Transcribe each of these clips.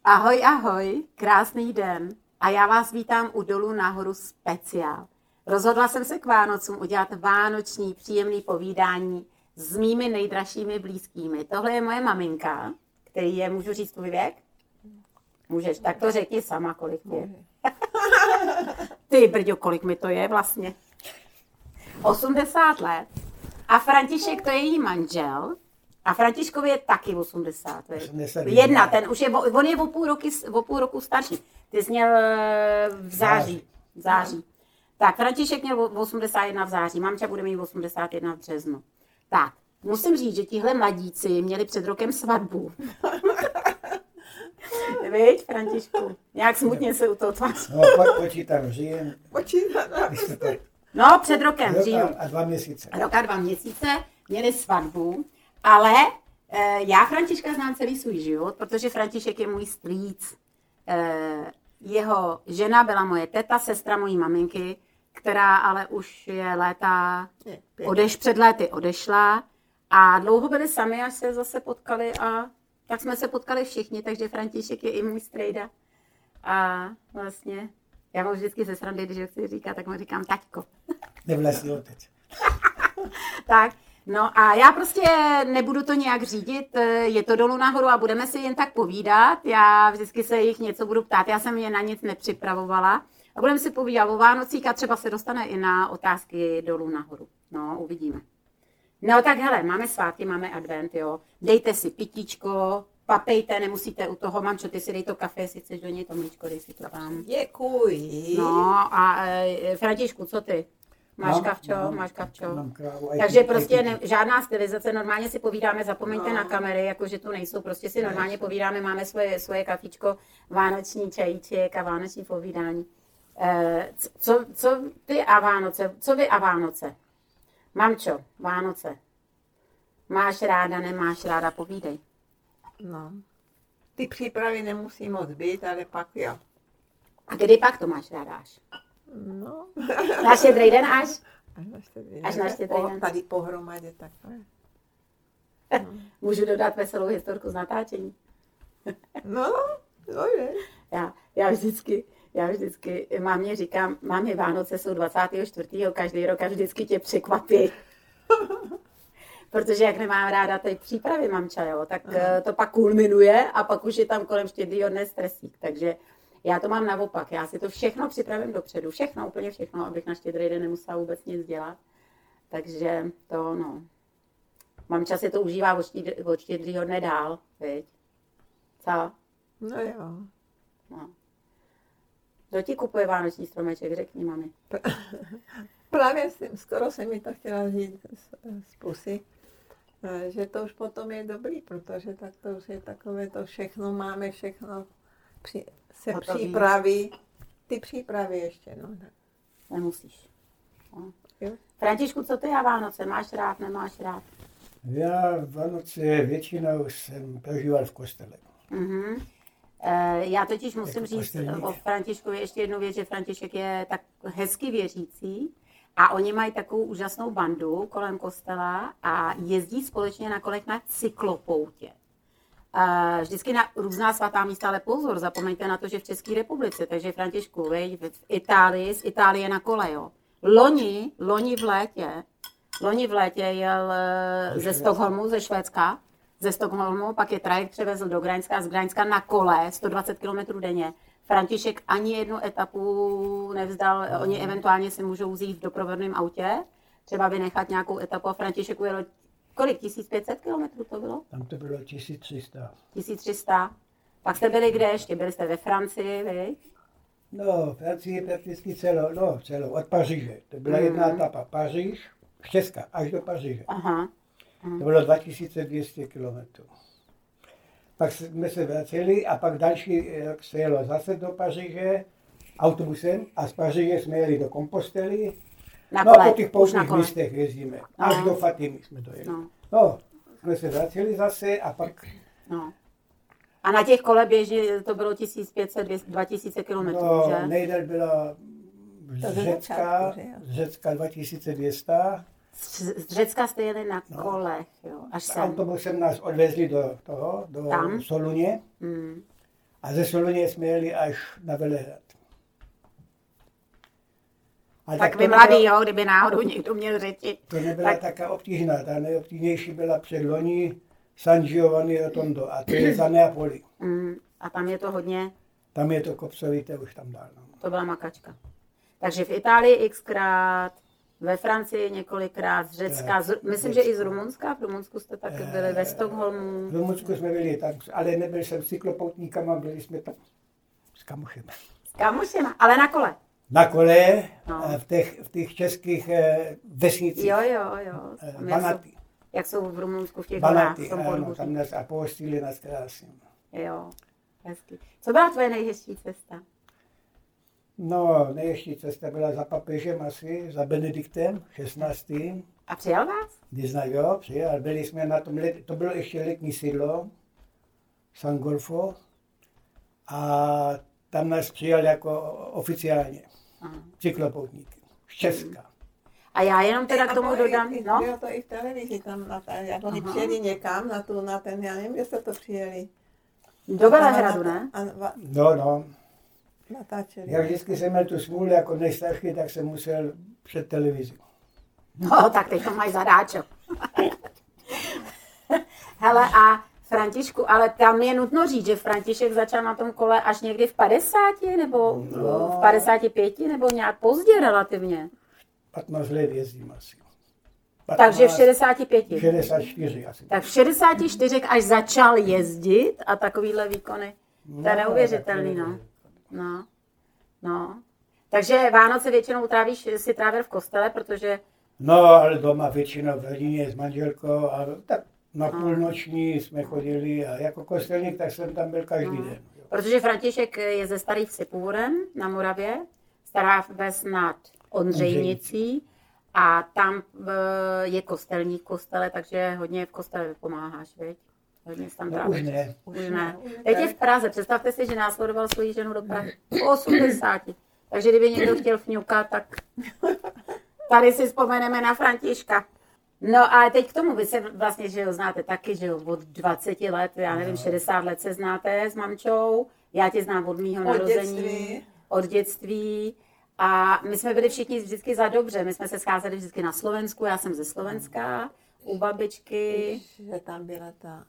Ahoj, ahoj, krásný den a já vás vítám u Dolů nahoru speciál. Rozhodla jsem se k Vánocům udělat vánoční příjemný povídání s mými nejdražšími blízkými. Tohle je moje maminka, který je, můžu říct tvůj věk? Můžeš, tak to řekni sama, kolik je. Ty brďo, kolik mi to je vlastně? 80 let. A František, to je její manžel. A Františkovi je taky 80. Jedna, ten už je, on je o půl roku starší. Ty jsi měl v září. Tak, František měl 81 v září, mamča bude mít 81 v březnu. Tak, musím říct, že tihle mladíci měli před rokem svatbu. Viď, Františku? Nějak smutně se u toho tváří. No, počítám, žijem. No, před rokem, v říjnu. A 2 měsíce. Rok a 2 měsíce měli svatbu, ale já Františka znám celý svůj život, protože František je můj strýc. Jeho žena byla moje teta, sestra mojí maminky, která ale už je léta, před léty odešla a dlouho byli sami, až se zase potkali a tak jsme se potkali všichni, takže František je i můj strejda. A vlastně, já mám vždycky ze srandy, když ho chci říkat, tak mu říkám taťko. Nevlastní otec. Tak, no a já prostě nebudu to nějak řídit, je to dolů nahoru a budeme si jen tak povídat. Já vždycky se jich něco budu ptát, já jsem je na nic nepřipravovala. A budeme si povídat o Vánocích a třeba se dostane i na otázky dolů nahoru. No, uvidíme. No tak hele, máme svátky, máme advent, jo. Dejte si pitíčko, papejte, nemusíte u toho, mamčo, ty si dej to kafe, jestli chceš do něj to mlíčko, dej si to tam. Děkuji. No a Františku, co ty? Máš kavčo? Máš kavčo? Mám krávu, Takže prostě žádná stylizace, normálně si povídáme, zapomeňte na kamery, jakože tu nejsou, prostě si normálně povídáme, máme svoje kafičko, vánoční čajíček a vánoční povídání. Co ty a Vánoce? Co vy a Vánoce? Mamčo, Vánoce. Máš ráda, nemáš ráda, povídej. No, ty přípravy nemusí moc být, ale pak jo. A kdy pak to máš ráda až? No. Na Štědrý den až? Až na Štědrý den. Tady pohromadě takhle. No. Můžu dodat veselou historku z natáčení? No je. Já vždycky mámě říkám, mámi, Vánoce jsou 24. každý rok a vždycky tě překvapí. Protože jak nemám ráda ty přípravy, mamča, jo, tak to pak kulminuje a pak už je tam kolem Štědrýho dne stresík. Takže já to mám naopak, já si to všechno připravím dopředu, všechno, úplně všechno, abych na Štědrý den nemusela vůbec nic dělat. Takže to, no. Mamča si to užívá od Štědrýho dne dál, viď? Co? No jo. No. Kdo ti kupuje vánoční stromeček, řekni, mami. Právě skoro se mi to chtěla říct z pusy, že to už potom je dobrý, protože tak to už je takové, to všechno máme, všechno se přípraví, ty přípravy ještě, no. Nemusíš. No. Jo. Františku, co ty a Vánoce? Máš rád, nemáš rád? Já Vánoce většinou jsem prožíval v kostele. Uh-huh. Já totiž musím říct o Františkovi ještě jednu věc, že František je tak hezky věřící a oni mají takovou úžasnou bandu kolem kostela a jezdí společně na kolech na cyklopoutě. Vždycky na různá svatá místa, ale pozor, zapomeňte na to, že v České republice, takže Františku, v Itálii, z Itálie na kole, jo. Loni v létě jel ze Stockholmu, ze Švédska, ze Stockholmu, pak je trajekt převezl do Gdaňska, z Gdaňska na kole, 120 km denně. František ani jednu etapu nevzdal, oni eventuálně si můžou vzít v doprovodném autě, třeba vynechat nějakou etapu a František ujel kolik, 1500 km to bylo? Tam to bylo 1300. 1300. Pak jste byli kde ještě? Byli jste ve Francii, vy? No, Francie prakticky celou, od Paříže. To byla jedna etapa, Paříž, Česka, až do Paříže. Aha. To bylo 2200 km. Pak jsme se vraceli a pak další rok se jelo zase do Paříže autobusem a z Paříže jsme jeli do Kompostely. No a po těch poutních místech jezdíme. Až do Fatimy jsme dojeli. No, jsme se vraceli zase a pak... No. A na těch kole běžně to bylo 1500, 2000 km, no, že? nejdéle byla z Řecka 2200. Z Řecka jste jeli na kolech, jo, až sem. Autobusem nás odvezli do Soluně A ze Soluně jsme jeli až na Velehrad. A Tak vy mladý, jo, kdyby náhodou někdo měl řeči. To nebyla taká obtížná, ta nejobtížnější byla předloni San Giovanni Rotondo a to je za Neapoli. A tam je to hodně? Tam je to kopcovité už tam dál. No. To byla makačka. Takže v Itálii xkrát, ve Francii několikrát, z Řecka, myslím, že i z Rumunska. V Rumunsku jste taky byli, ve Stockholmu. V Rumunsku jsme byli tam, ale nebyli jsem s cyklopoutníkama, byli jsme tam s kamušem. S kamušema, ale na kole. Na kole, No. v těch českých vesnicích. Jo. Banaty. Jak jsou v Rumunsku v těch horách, Banaty, v tom ano, podhůří. tam nás a pohostili nás krásně. Jo, hezky. Co byla tvoje nejhezčí cesta? No, nejhezčí cesta byla za papežem asi, za Benediktem 16. A přijal vás? Jo, přijel. Byli jsme na tom, to bylo ještě letní sídlo, San Golfo, a tam nás přijal jako oficiálně, cyklopoutníky, z Česka. A já jenom teda k tomu dodám, no. Bylo to i v televizi, tam jak oni přijeli někam na ten, já nevím, kde jste to přijeli. Do Velehradu, ne? No. Natáčeli. Jak vždycky jsem měl tu smůlu jako nejstarší, tak jsem musel před televizi. No, tak teď to máš zadáčo. Hele, a Františku, ale tam je nutno říct, že František začal na tom kole až někdy v 50, nebo v 55, nebo nějak pozdě relativně. 15 let jezdím asi. 15, takže v 65. 64 asi. Tak v 64 až začal jezdit a takovýhle výkony. To je neuvěřitelný, no. Takže Vánoce většinou si trávil v kostele, protože... No, ale doma většinou v rodině s manželkou a tak na půlnoční jsme chodili a jako kostelník, tak jsem tam byl každý den. Jo. Protože František je ze Starých Sipůren na Moravě, Stará Ves nad Ondřejnicí a tam je kostelník v kostele, takže hodně v kostele pomáháš, viď? Hodně tam už ne. Už ne. Teď je v Praze, představte si, že následoval svoji ženu do Prahy po 80. Takže kdyby někdo chtěl fňukat, tak tady si vzpomeneme na Františka. No a teď k tomu, vy se vlastně, že jo, znáte taky, že jo, od 20 let, já nevím, 60 let se znáte s mamčou, já tě znám od mýho narození, od dětství. A my jsme byli všichni vždycky za dobře, my jsme se scházeli vždycky na Slovensku, já jsem ze Slovenska, u babičky. Že tam byla ta...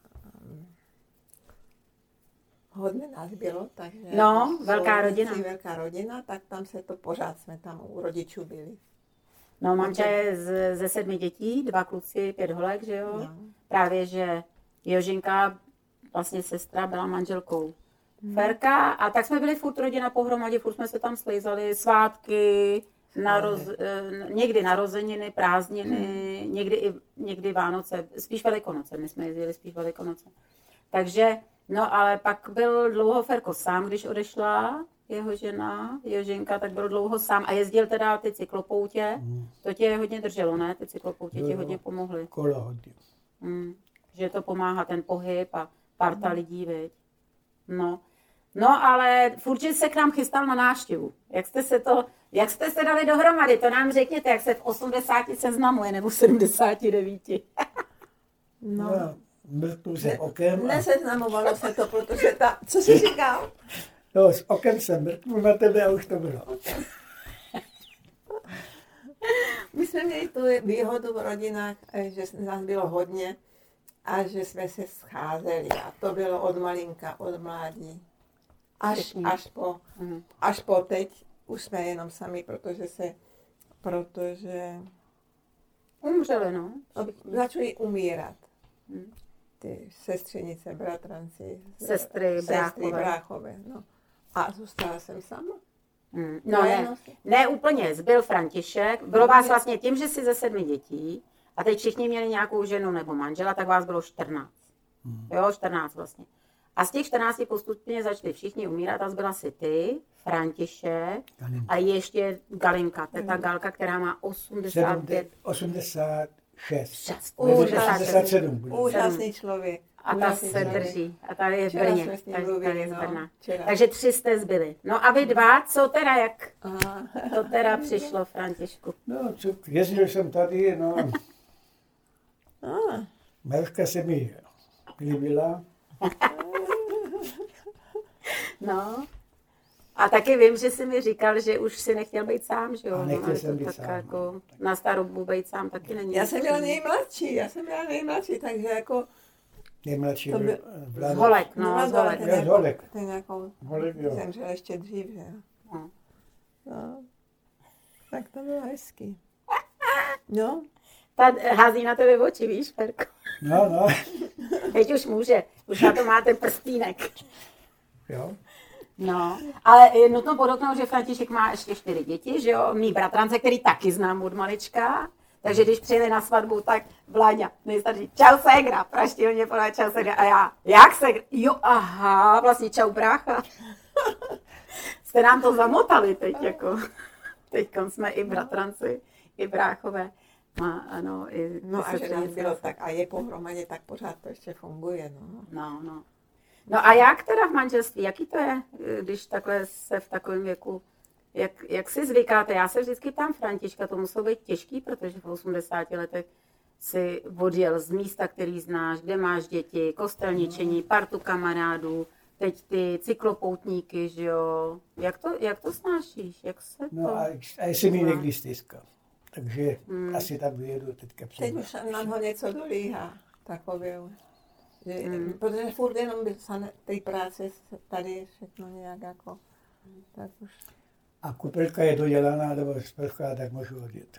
Hodně nás bylo, takže... No, velká rodina, tak tam se to pořád jsme tam u rodičů byli. No, mamča je ze 7 dětí, 2 kluci, 5 holek, že jo? No. Právě, že Jožinka, vlastně sestra, byla manželkou Ferka a tak jsme byli furt rodina pohromadě, furt jsme se tam slízali, svátky, někdy narozeniny, prázdniny, někdy Vánoce, spíš Velikonoce, my jsme jezdili spíš Velikonoce. Takže, no ale pak byl dlouho Ferko sám, když odešla jeho žena, Jožinka, tak byl dlouho sám a jezdil teda ty cyklopoutě, to tě hodně drželo, ne? Ty cyklopoutě ti hodně pomohly. Kolo hodně. Že to pomáhá ten pohyb a parta lidí, viď? No, ale furt, že se k nám chystal na návštěvu. Jak jste se dali dohromady, to nám řekněte, jak se v 80 seznamuje, nebo v 79. No, mrtnu se okem. Neseznamovalo se to, protože co jsi říkal? No, s okem jsem mrtnu na tebe a už to bylo. My jsme měli tu výhodu v rodinách, že nás bylo hodně a že jsme se scházeli a to bylo od malinka, od mládí. Až po teď už jsme jenom sami, protože umřeli, no. Začali umírat. Ty sestřenice, bratranci, sestry, bráchové. No. A zůstala jsem sama. No ne úplně, zbyl František. Bylo vás vlastně tím, že jsi ze 7 dětí a teď všichni měli nějakou ženu nebo manžela, tak vás bylo 14. Jo, 14 vlastně. A z těch 14 postupně začali všichni umírat a zbyla si ty, František a ještě Galinka, teta Galka, která má 85. 86. 87. Úžasný člověk. A ta se drží. A ta je v Brně. Takže 3 jste zbyli. No a vy 2, co teda, jak to teda přišlo, Františku? No, jezdil jsem tady, no. Melka se mi líbila. No. A taky vím, že jsi mi říkal, že už si nechtěl být sám, že jo? A nechtěl No, jsem být tak sám. jako na starobu být sám taky není. Já jsem byla nejmladší, takže jako... Nejmladší To byl byl Vlad. Holek, no, z Holek. Jo, z Holek. Ten jako Holek, jo. zemřel ještě dřív, že jo. No. No. Tak to bylo hezký. No, Ta hází na tebe oči, víš, Ferko? No, no. Teď už může, už na to máte prstínek. Jo. No, ale je nutno podotknout, že František má ještě 4 děti, že jo? Mý bratrance, který taky znám od malička. Takže když přijeli na svatbu, tak Vláďa, nejstarší, čau ségra, praštilně podá čau ségra. A já, jak ségra? Jo, aha, vlastně čau brácha. Jste nám to zamotali teď, jako. Teďkom jsme i bratranci, i bráchové. Ano, i no a že nám bylo tak, a je pohromadě, tak pořád to ještě funguje, no. No. No a jak teda v manželství, jaký to je, když takhle se v takovém věku, jak si zvykáte? Já se vždycky ptám Františka, to muselo být těžký, protože v 80 letech si odjel z místa, který znáš, kde máš děti, kostelničení, partu kamarádů, teď ty cyklopoutníky, že jo? Jak to snášíš? Jak se to... No a jestli mi někdy stýská. Takže asi tak vyjedu teďka před. Teď už nám ho něco dolíhá, takové. Že, protože furt jenom té práce tady všechno nějak jako, tak už. A kupelka je dodělaná, nebo sprcha, tak můžu odjet.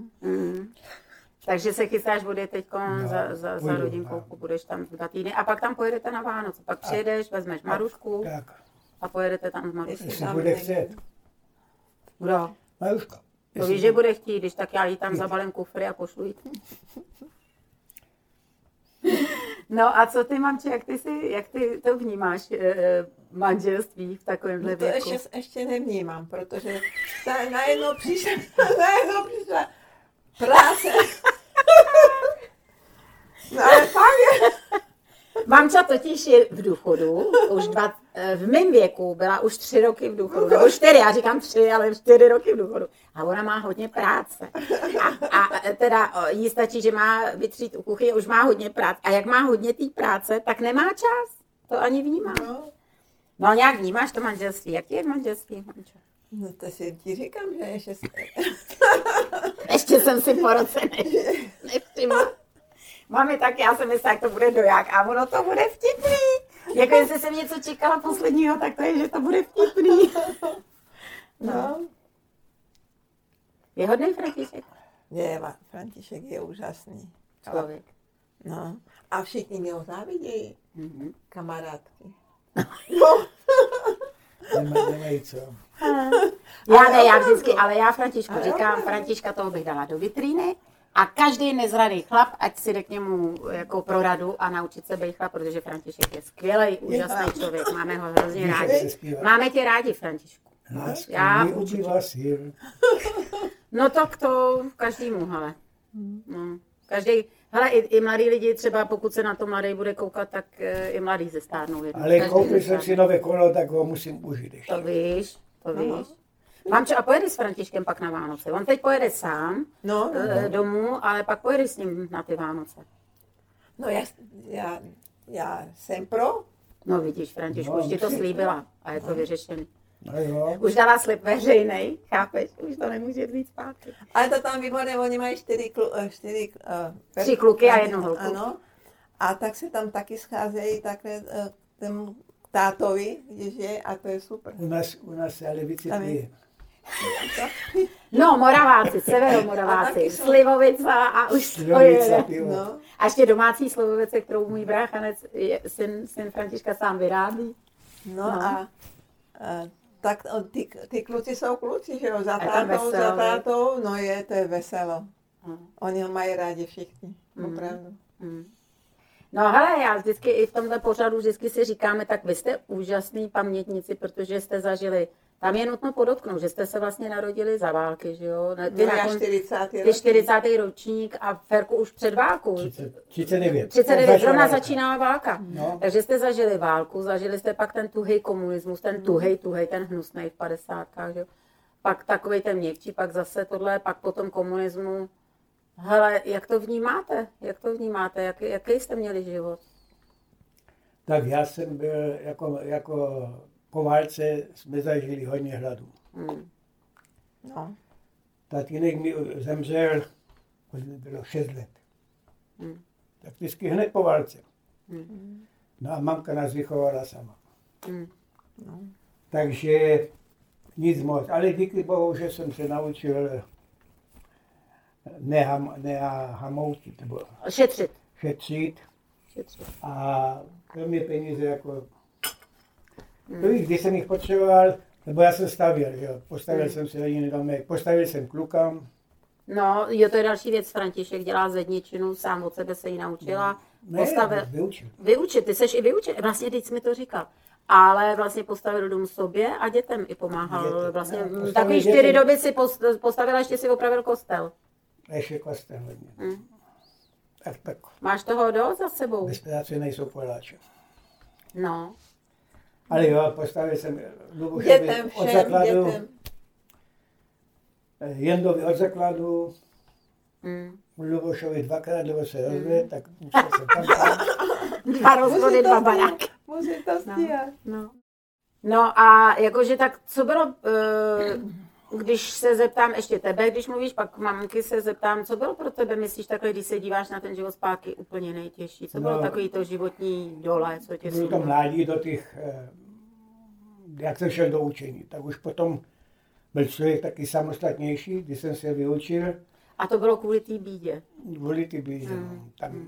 Takže se chystáš odjet teď No, za půjdu, rodinkou, no. budeš tam 2 týdny a pak tam pojedete na Vánoce. Pak přijedeš, vezmeš Marušku Tak, a pojedete tam s Maruškou. jestli bude chtět. Kdo? Maruška. To víš, že bude chtít, když tak já jí tam zabalím kufry a pošlu jí. No a co ty, mamči, jak ty to vnímáš, manželství v takovémhle To věku? ještě nevnímám, protože najednou přišla práce. No ale fakt je. Mamča totiž je v důchodu, v mém věku byla už 3 roky v důchodu, nebo 4, já říkám 3, ale 4 roky v důchodu. A ona má hodně práce. A teda jí stačí, že má vytřít u kuchyně, už má hodně práce. A jak má hodně té práce, tak nemá čas. To ani vnímá. No a nějak vnímáš to manželství. Jak je v manželství, mamčo? No to si ti říkám, že Ještě jsem si po roce nevšimla. Mami, tak já jsem myslela, jak to bude doják a ono to bude vtipný. Jako jestli jsem něco čekala posledního, tak to je, že to bude vtipný. No. Je hodný František? František je úžasný. Člověk. No. A všichni mi ho závidějí. Kamarádky. Nemají co. Já vždycky, ale já Františku říkám, Františka toho bych dala do vitríny a každý nezraný chlap, ať si jde k němu jako pro radu a naučit se být chlap, protože František je skvělej, úžasný člověk, máme ho hrozně rádi. Máme tě rádi, Františku. Já určitě. No tak to každému, hele. No, každý, hele, i mladí lidi, třeba pokud se na to mladý bude koukat, tak i mladý se stárnou. Ale koupil jsem si nové kolo, tak ho musím užít ještě. To víš. Mamčo, a pojedeš s Františkem pak na Vánoce? On teď pojede sám domů, ale pak pojedeš s ním na ty Vánoce. No já jsem pro. No vidíš, Františku, už ti to slíbila a je to vyřešený. No jo. Už dala slib veřejnej, chápeš? Už to nemůže vzít zpátky. Ale to tam výborné, oni mají 3 kluky a 1 holku. Ano. A tak se tam taky scházejí takhle tomu tátovi, když je, a to je super. U nás se ale víc pije. No, Moraváci, Severomoraváci, Slivovica a už to je. No. A ještě domácí Slivovice, kterou můj bráchanec, syn Františka sám vyrábí. No. A tak ty kluci jsou kluci, že jo, za tátou, no to je veselo. Oni ho mají rádi všichni, opravdu. No hele, já vždycky i v tomhle pořadu vždycky si říkáme, tak vy jste úžasný pamětníci, protože jste zažili, tam je nutno podotknout, že jste se vlastně narodili za války, že jo? Ty 40. ročník a Ferku už před válkou. 39. Zrovna začínala válka. No. Takže jste zažili válku, zažili jste pak ten tuhej komunismus, ten tuhej, ten hnusnej v 50. že jo? Pak takovej ten měkčí, pak zase tohle, pak potom komunismu. Hele, jak to vnímáte? Jaký jste měli život? Tak já jsem byl jako po válce jsme zažili hodně hladu. No. Tatínek mi zemřel, když mi bylo 6 let. Prakticky hned po válce. No a mamka nás vychovala sama. No. Takže nic moc. Ale díky Bohu, že jsem se naučil nehamoutit, nebo šetřit. A kromě peníze jako... Když jsem jich potřeboval, nebo já jsem stavěl, jo. Postavil jsem si rodinný domek, postavil jsem klukám. No, jo, to je další věc, František dělá zedničinu, sám od sebe se ji naučila. Vyučil, ty seš i vyučil, vlastně teď jsi mi to říkal. Ale vlastně postavil dům sobě a dětem i pomáhal. Vlastně takový 4 doby si postavil a ještě si opravil kostel. Ještě kostel hodně. Tak. Máš toho dost za sebou? Bez práce nejsou poláče. No. Ale jo, postavil jsem Dětem, všem dětem. Jendovi od základu, Lubošovi 2krát, lebo se rozvěd, tak musel jsem tam. 2 rozvody, 2 baráky. Musí to stíhat. No a jakože tak, co bylo, když se zeptám ještě tebe, když mluvíš, pak mamky se zeptám, co bylo pro tebe, myslíš takhle, když se díváš na ten život zpátky, úplně nejtěžší? Co bylo takový to životní dole, co tě bylo to mládí do těch, jak jsem šel do učení, tak už potom byl člověk taky samostatnější, když jsem se vyučil. A to bylo kvůli té bídě? Kvůli té bídě, tam.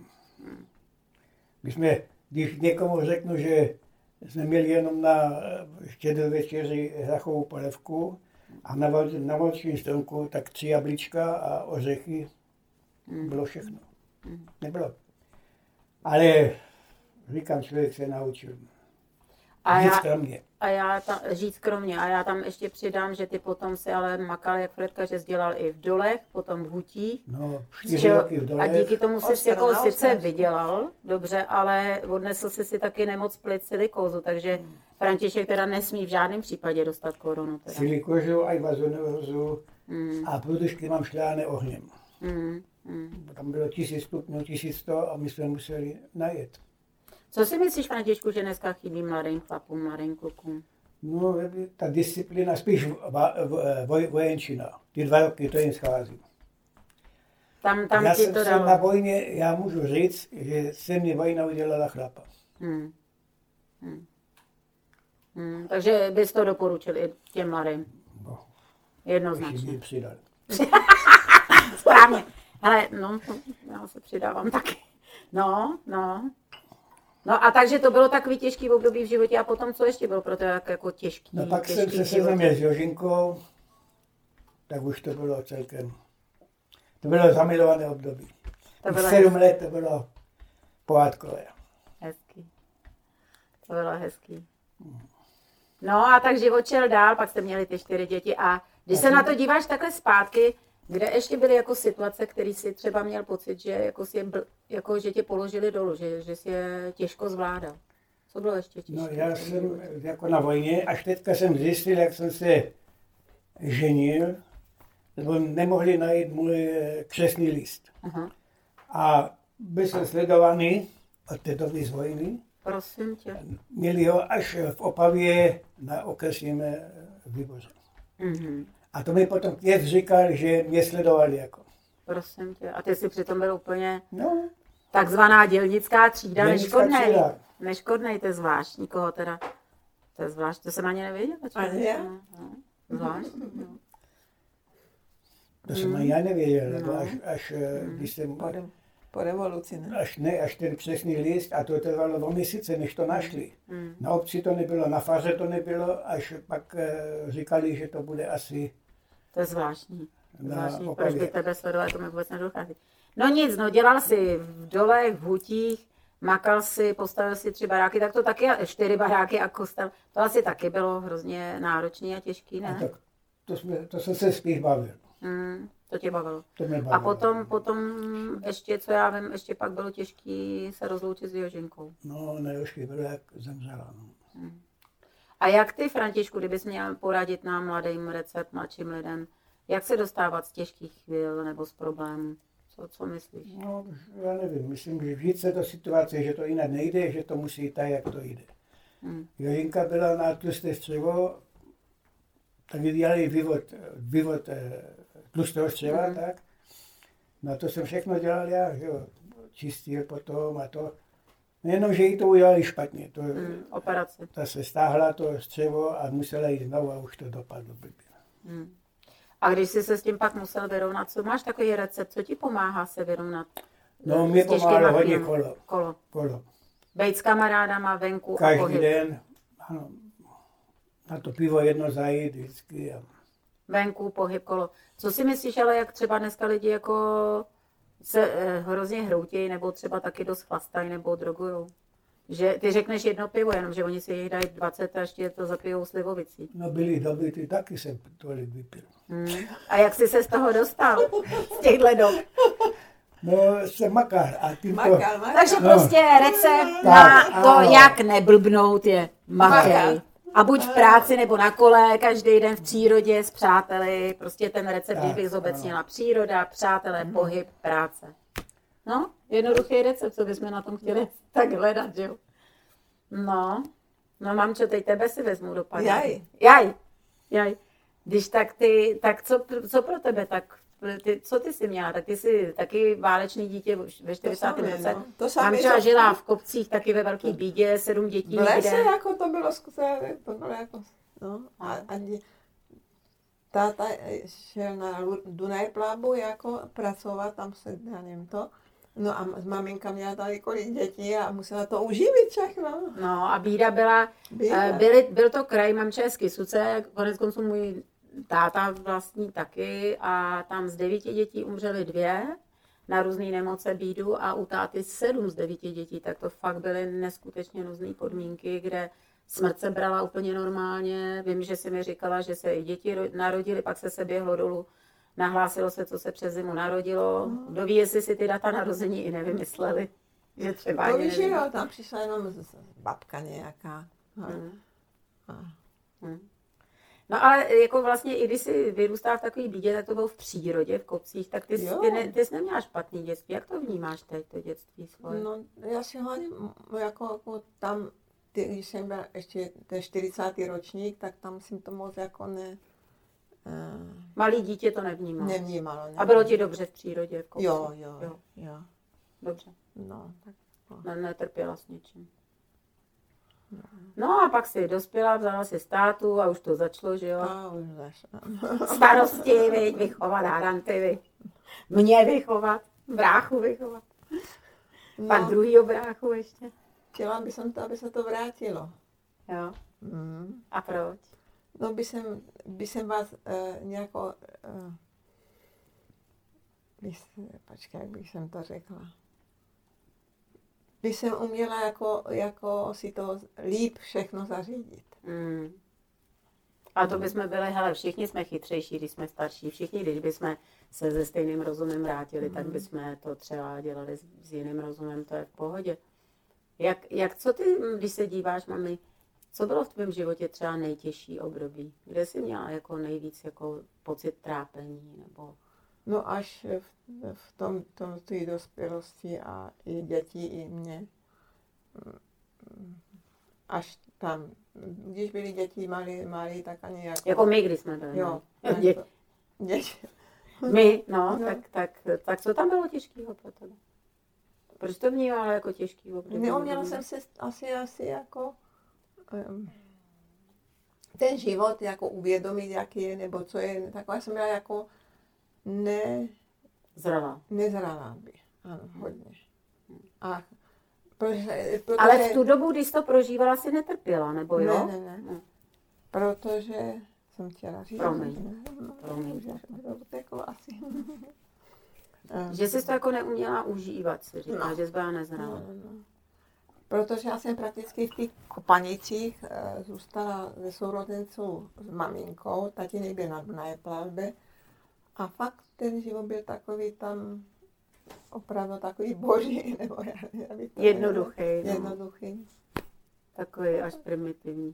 Když někomu řeknu, že jsme měli jenom na štědrou večeři hrachovou polévku a na vlčním stromku tak 3 jablíčka a ořechy, bylo všechno. Nebylo. Ale říkám, člověk se naučil. Žít skromně. A já tam ještě přidám, že ty potom si ale makal jak Fredka, že jsi dělal i v dolech, potom v hutích. No, 4 roky v dolech. A díky tomu jsi jako sice vydělal, dobře, ale odnesl si taky nemoc plic silikózu, takže František teda nesmí v žádném případě dostat koronu. Teda. Silikózu a vazonózu a průdušky mám šláné ohněm. Tam bylo 1000 stupňů, 1100 a my jsme museli najet. Co si myslíš, Františku, že dneska chybí mladým chlapům, mladým klukům? No, ta disciplína, spíš vojenčina. Ty 2 roky, to jim schází. Tam já ti jsem to se dalo. na vojně, já můžu říct, že se mi vojna udělala chlapa. Takže bys to doporučil i těm mladým? No, jednoznačně. Bych přidal. Správně. Ale no, já se přidávám taky. No a takže to bylo takový těžký období v životě a potom co ještě bylo pro to jako těžký? No pak jsem se seznámil s Jožinkou, tak už to bylo celkem, to bylo zamilované období. 7 let to bylo pohádkové. Hezký. To bylo hezký. No a tak život šel dál, pak jste měli ty 4 děti a když se na to díváš takhle zpátky, kde ještě byly jako situace, které si třeba měl pocit, že jako že tě položili dolů, že si je těžko zvládal. Co bylo ještě těžké? No já jsem jako na vojně, až teďka jsem zjistil, jak jsem se ženil, nebo nemohli najít můj křestný list. A byl jsem sledovaný od té doby z vojny. Prosím tě. Měli ho až v Opavě na okresním výboře. A to mi potom kněz říkal, že mě sledovali jako. Prosím tě. A ty jsi přitom byl úplně takzvaná dělnická třída, neškodnej, to je zvlášť, nikoho teda. To je zvlášť, to jsem ani nevěděla. Ani já? Zvlášť. To jsem ani já nevěděl, nebo až když jsem... Po revoluci, ne? Až ten křestný list, a to trvalo 2 měsíce, než to našli. Na obci to nebylo, na faře to nebylo, až pak říkali, že to bude asi... To je zvláštní. Proč by tebe sledovat, to mi vůbec nedochází. No nic, dělal si v dolech, v hutích, makal si, postavil si 3 baráky, tak to taky 4 baráky a kostel. To asi taky bylo hrozně náročný a těžký, ne? A tak to jsem se spíš bavil. To tě bavilo. To mě bavilo. A potom ještě, co já vím, ještě pak bylo těžký se rozloučit s Jožinkou. No, Jožky bylo, jak zemřela. A jak ty, Františku, kdybys měl poradit nám mladým recept, mladším lidem, jak se dostávat z těžkých chvíl nebo z problémů? Co myslíš? No, já nevím, myslím, že vždyť se do situace, že to jinak nejde, že to musí jít tak, jak to jde. Jožinka byla na tlusté střevo, tak dělali vývod tlustého střeva, tak. No to jsem všechno dělal já, že jo, čistil potom a to. Nejenom, že jí to udělali špatně. To, operace. Ta se stáhla to střevo a musela jít znovu a už to dopadlo blbě. A když jsi se s tím pak musel vyrovnat, co máš takový recept, co ti pomáhá se vyrovnat? No, mě pomáhalo hodně kolo. Bejt s kamarádama venku každý a pohyb. Den, ano, na to pivo jedno zajít vždycky. A... Venku, pohyb, kolo. Co si myslíš, ale jak třeba dneska lidi jako se hrozně hroutějí, nebo třeba taky dost chlastají, nebo drogujou? Že ty řekneš jedno pivo, jenom že oni si jich dají 20 a ještě to zapijou slivovicí. No byly doby, ty taky jsem tolik vypil. A jak jsi se z toho dostal? Z těchto dob? No, jsem makár. A Takže prostě recept na to, jak neblbnout, je makej. A buď v práci nebo na kole, každý den v přírodě s přáteli. Prostě ten recept, když bych zobecnila příroda, přátelé, pohyb, práce. No, jednoduchý recept, co bychom na tom chtěli tak hledat, že jo? No, mamčo, teď tebe si vezmu do paní. Jaj. Když tak ty, tak co pro tebe, tak co ty jsi měla? Tak ty jsi taky válečný dítě ve 40. roce. Mamča žila v Kopcích, taky ve velké bídě, 7 dětí. V lese, jako to bylo skutečně, to bylo jako, no. A táta šel na Dunajplábu jako pracovat, tam se, já nevím to. No a maminka měla tady kolik dětí a musela to uživit všechno. No a bída byla, byl to kraj Mamčevský Suce, konec konců můj táta vlastní taky a tam z 9 dětí umřely 2 na různé nemoce bídu a u táty 7 z 9 dětí, tak to fakt byly neskutečně různé podmínky, kde smrt se brala úplně normálně. Vím, že si mi říkala, že se i děti narodily, pak se běhlo dolů. Nahlásilo se, co se přes zimu narodilo. Kdo ví, jestli si ty data narození i nevymysleli. Že třeba to víš, jo, tam přišla jenom babka nějaká. No ale jako vlastně, i když jsi vyrůstala v takový bídě, tak to bylo v přírodě, v Kopcích, tak ty jsi neměla špatný dětství. Jak to vnímáš teď, to dětství svoje? No, já si hlavně, jako tam, když jsem byla ještě ten 40. ročník, tak tam jsem to moc jako ne... Malý dítě to nevnímalo. Nevnímalo. A bylo ti dobře v přírodě? V Kopcích? Jo. Dobře. No, tak. Netrpěla s něčím. No a pak si dospěla, vzala si státu a už to začalo, že jo? A už začalo. Starosti, vychovat hádanty, mě vychovat, bráchu vychovat. No. Pak druhýho bráchu ještě. Chtěla bych to, aby se to vrátilo. Jo. A proč? No, by jsem vás nějako... počkej, jak bych jsem to řekla. By jsem uměla jako si to líp všechno zařídit. A to bychom byli, hele, všichni jsme chytřejší, když jsme starší, všichni, když bychom se se stejným rozumem vrátili, tak bychom to třeba dělali s jiným rozumem, to je v pohodě. Co ty, když se díváš, mami, co bylo v tvém životě třeba nejtěžší období? Kde jsi měla jako nejvíc jako pocit trápení? Nebo... No až v tom té dospělosti a i děti, i mě. Až tam, když byly děti malí, tak ani jako my, když jsme byli. Jo. Děti. My, no. Tak co tam bylo těžkého pro tebe? Proč to vnímala jako těžký období? Neuměla jsem se asi jako ten život jako uvědomit, jaký je, nebo co je, taková jsem byla jako nezralá by. Ano, hodně. A protože... Ale v tu dobu, když to prožívala, si netrpěla, nebo jo? Ne. Protože jsem chtěla říct... Promiň. Asi. Že jsi to jako neuměla užívat, si říká, že jsi byla nezralá. No. Protože já jsem prakticky v těch Kopanicích zůstala se sourozenců s maminkou, tatínek byl na Dunajplavbě a fakt ten život byl takový tam opravdu takový boží, nebo jednoduchý. Takový až primitivní.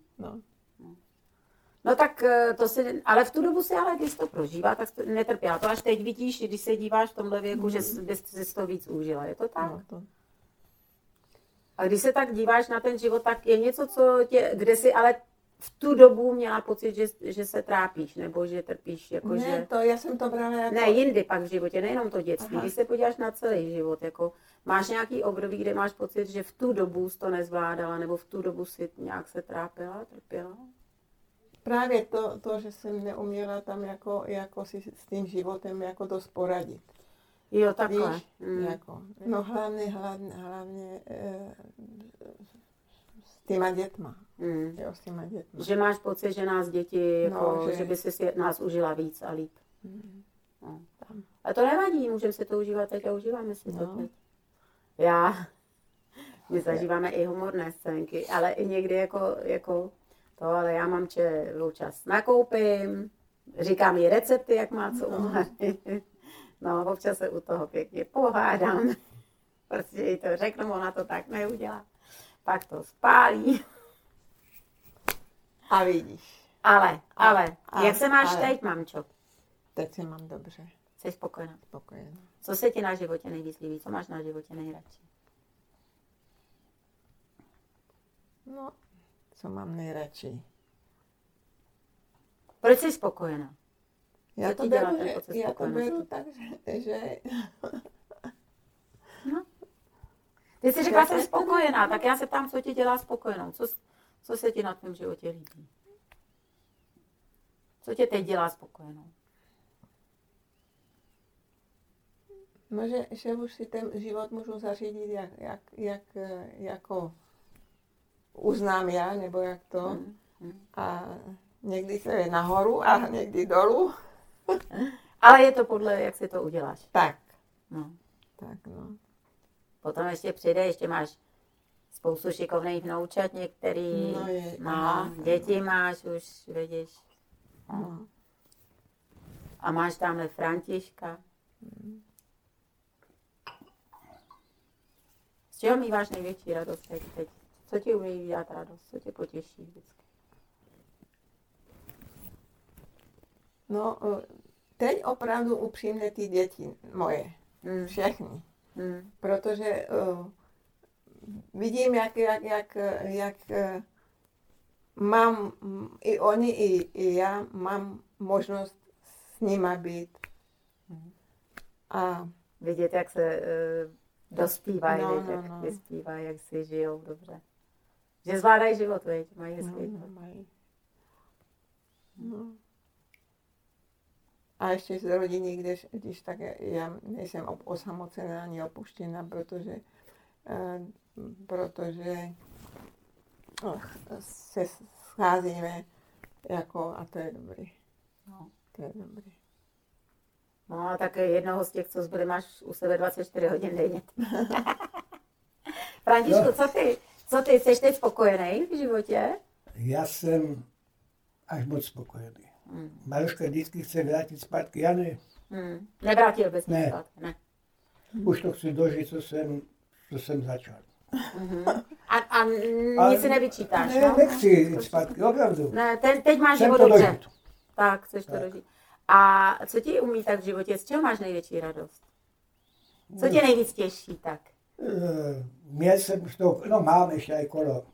No tak to si, ale v tu dobu si, ale když to prožívá, tak to netrpěla. To až teď vidíš, když se díváš v tomhle věku, že bys si to víc užila. Je to tak? No, A když se tak díváš na ten život, tak je něco, kde jsi ale v tu dobu měla pocit, že se trápíš, nebo že trpíš, jako ne, že... to já jsem to brala jako... Ne, jindy pak v životě, nejenom to dětství. Aha. Když se podíváš na celý život, jako máš nějaký období, kde máš pocit, že v tu dobu jsi to nezvládala, nebo v tu dobu si nějak se trápila, trpěla? Právě to, že jsem neuměla tam jako si s tím životem jako dost poradit. Jo, takhle. Víš, jako, no hlavně s těma dětma. Jo, s těma dětma. Že máš pocit, že nás děti, jako, No, že by si nás užila víc a líp. No. Tam. A to nevadí, můžeme si to užívat teď a užíváme si to No. teď. My zažíváme i humorné scénky, ale i někdy jako to, ale já mám čas nakoupím, říkám jí recepty, jak má co uvařit. No, občas se u toho pěkně pohádám. Prostě jí to řeknu, ona to tak neudělá. Pak to spálí. A vidíš. Ale, jak se máš teď, mamčo? Teď se mám dobře. Jsi spokojená? Spokojená. Co se ti na životě nejvíc líbí? Co máš na životě nejradši? No, co mám nejradši? Proč jsi spokojená? Já Co to ti dělá beru, ten pocit já to spokojenosti? beru tak, že No. Ty jsi řekla, že jsi spokojená, tak já se ptám, co ti dělá spokojenou. Co se ti na tvém životě líbí? Co tě teď dělá spokojenou? no, že už si ten život můžu zařídit, jak jako uznám já, nebo jak to. A někdy se je nahoru a někdy dolů. Ale je to podle, jak si to uděláš. Tak. No. Tak, no. Potom ještě přijde, ještě máš spoustu šikovných vnoučat některý. Děti máš už, vidíš. No. A máš tamhle Františka. Z čeho míváš největší radost teď? Co ti umí dělat radost? Co tě potěší vždycky? No, teď opravdu upřímně ty děti moje. Všechny. Protože vidím, jak mám i oni, i já mám možnost s nima být. A vidět, jak se dospívají, No. jak vyspívají, jak si žijou dobře. Že zvládají život, viď? Mají hezký. mají. No. A ještě z rodiny, když tak já nejsem osamocená ani opuštěná, protože se scházíme jako, a to je dobrý. No. To je dobrý. No a tak jednoho z těch, co zbyli, máš u sebe 24 hodin denně. Františku, no. Co ty? Jsi teď spokojený v životě? Já jsem až moc spokojený. Maruška vždycky chce vrátit zpátky, já ne. Nevrátil bys mě zpátky, ne. Už to chci dožít, co jsem začal. A nic si nevyčítáš, ne, no? Nechci jít zpátky, opravdu. Ne, teď máš Jsem život to dobře. dožít. Tak, chceš to dožít. A co ti umí tak v životě? Z čeho máš největší radost? Co tě nejvíc těší tak? Měl jsem to, mám ještě i kolo.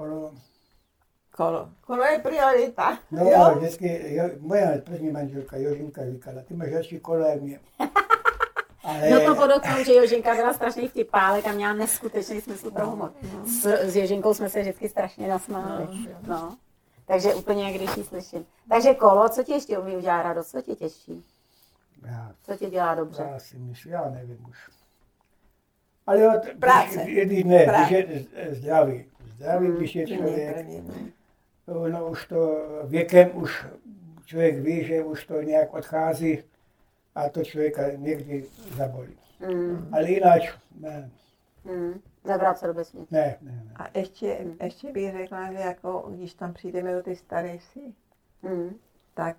Kolo je priorita. No, jo? vždycky, moje první manželka Jožinka říkala, ty máš radši kolo jak mě. Ale... No to podotknu, že Jožinka byla strašný vtipálek a měla neskutečný smysl pro humor. S Jožinkou jsme se vždycky strašně nasmáli. No. Takže úplně, když ji slyším. Takže kolo, co ti ještě umí udělat radost? Co tě těší? Co tě dělá dobře? Já si myslím, já nevím už. Ale jo, Práce. Když je zdravý. Zdravý, když je člověk. No už to věkem už člověk ví, že už to nějak odchází a to člověka někdy zabolí. Ale jinak ne. Nebrat se do besmět. Ne. A ještě bych řekla, že jako, když tam přijdeme do ty staré vsi, tak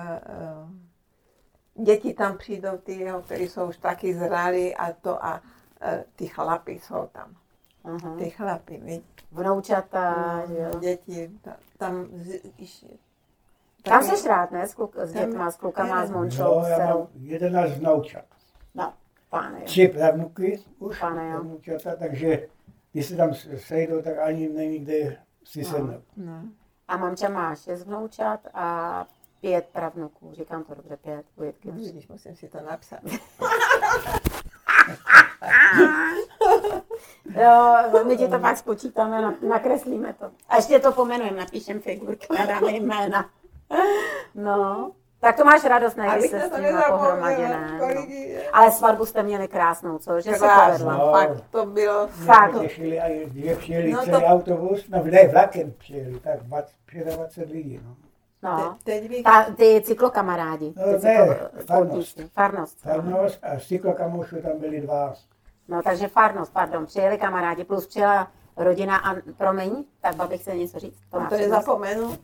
děti tam přijdou, kteří jsou už taky zralí a ty chlapy jsou tam. Ty chlapy, víš. Vnoučata, jo. Děti, tam Tam seš rád, ne? S dětma, s klukama, s Mončou, No, s já dcerou. mám 11 vnoučat. No, pane jo. 3 pravnuky už, Pane jo. vnoučata, takže když se tam sejdou, tak ani není kde si sednout. No. A mamča má 6 vnoučat a 5 pravnuků. Říkám to dobře, 5. No, vidíš, musím si to napsat. Jo, my ti to pak spočítáme, nakreslíme to. A ještě to pomenujeme, napíšem figurky, dáme jména. No, tak to máš radost, ne, když se s tím pohromadě, ne? No. Ale svatbu jste měli krásnou, co? Že se povedla. No, Fakt to bylo. Fakt. Těšili a že přijeli No celý to- autobus, no ne, vlakem přijeli, tak 25 lidí, no. No. Teď bych... Ty cyklokamarádi. No, ty ne, farnost. Farnost. Farnost a z cyklokamošů tam byli 2. No, takže farnost, pardon, přijeli kamarádi, plus přijela rodina a promiň, tak babych se něco říct. To nezapomenu.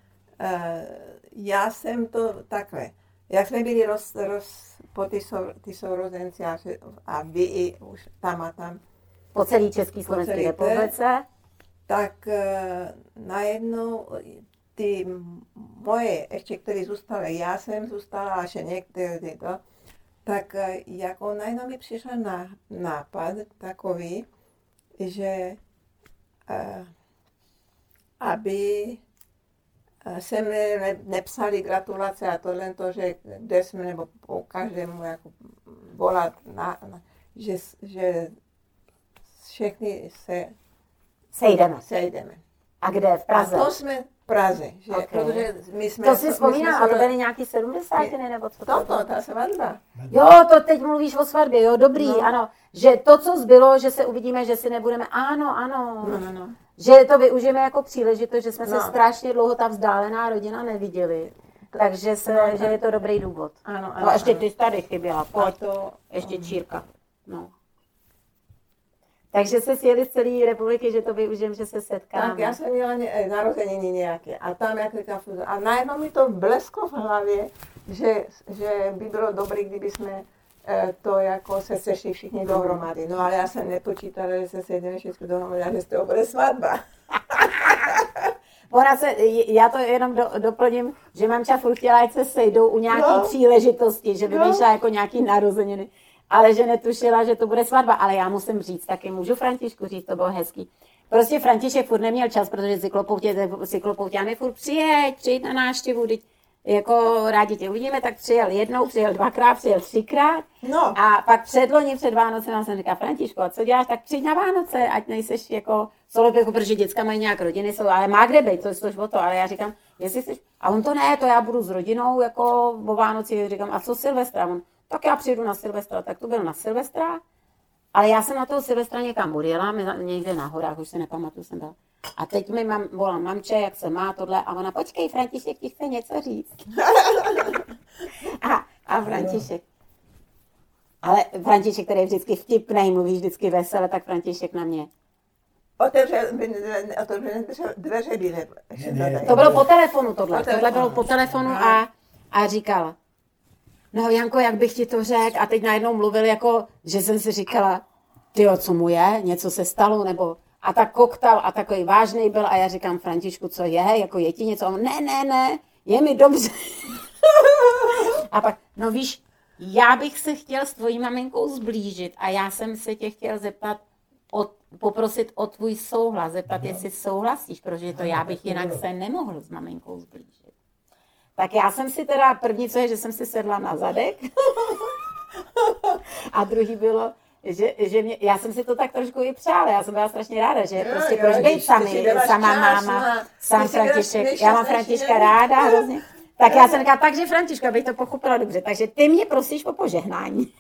Já jsem to takhle. Jak jsme byli po ty sourozenci a vy i už tam a tam, Po celé České Slovenské celé té- republice. tak najednou ty moje, ještě které zůstaly, já jsem zůstala a ještě některé to, tak jako najednou mi přišel nápad takový, že aby se mi nepsali gratulace a tohle to, že kde jsme, nebo po každému jako volat, že všechny se sejdeme. A kde? V Praze? A to jsme v Praze, že, Okay. protože my jsme... To si my vzpomínám, jsme a to se- byly nějaký 70. nebo co to? ta svatba. Jo, to teď mluvíš o svatbě, jo, dobrý, No. ano. Že to, co zbylo, že se uvidíme, že si nebudeme, ano. No. Že to využijeme jako příležitost, že jsme se No. strašně dlouho ta vzdálená rodina neviděli. Takže že je to dobrý důvod. Ano, No a ještě ty tady chyběla, A pojď. to, Ještě Čírka. No. Takže se sjeli z celé republiky, že to využijem, že se setkáme. tak já jsem měla narozeniny nějaké a tam jak říkám, a najednou mi to blesklo v hlavě, že by bylo dobré, kdyby jsme to jako se sešli všichni dohromady. No ale já jsem nepočítala, že se sejdeme všichni dohromady a že to bude svatba. Já to jenom doplním, že mamča furt chtěla, ať se sejdou u nějaký No. příležitosti, že No. vymýšlela jako nějaký narozeniny, ale že netušila, že to bude svatba. Ale já musím říct, taky můžu Františku říct, to bylo hezký. Prostě František furt neměl čas, protože cyklopoutě mi furt přijď na návštěvu, jako rádi tě uvidíme, tak přijel jednou, přijel 2krát, přijel 3krát. No. A pak předloni před Vánocem jsem říkala, Františku, a co děláš, tak přijď na Vánoce, ať nejseš jako solopichu, protože děcka mají nějak rodiny, ale má kde být, to je o to, ale já říkám, jestli chceš, a on to ne, to já budu s rodinou, jako o Vánoci, říkám, a co Silvestra, on, tak já přijdu na Silvestra, tak to byl na Silvestra, ale já jsem na toho Silvestra někam odjela, někde na horách, už se nepamatuju, jsem byla. A teď mi volám mamče, jak se má tohle, a ona, počkej, František ti chce něco říct. a František. Ale František, který je vždycky vtipnej, mluví vždycky vesele, tak František na mě. Otevřené dveře byly. Ne. To bylo po telefonu tohle. Po Tohle telefonu. bylo po telefonu a říkal, no Janko, jak bych ti to řekl? A teď najednou mluvil jako, že jsem si říkala, tyjo, co mu je? Něco se stalo? Nebo... A tak koktal a takový vážný byl a já říkám, Františku, co je? Jako je ti něco? A on, ne, je mi dobře. A pak, no víš, já bych se chtěl s tvojí maminkou zblížit a já jsem se tě chtěl zeptat, poprosit o tvůj souhlas, zeptat, jestli souhlasíš, protože to já bych jinak se nemohl s maminkou zblížit. Tak já jsem si teda, první co je, že jsem si sedla na zadek a druhý bylo, já jsem si to tak trošku i přála, já jsem byla strašně ráda, že prostě proč být sama máma, sám František, já mám Františka ráda hrozně. Tak já jsem říkala, takže Františku, abych to pochopila dobře, takže ty mě prosíš o požehnání.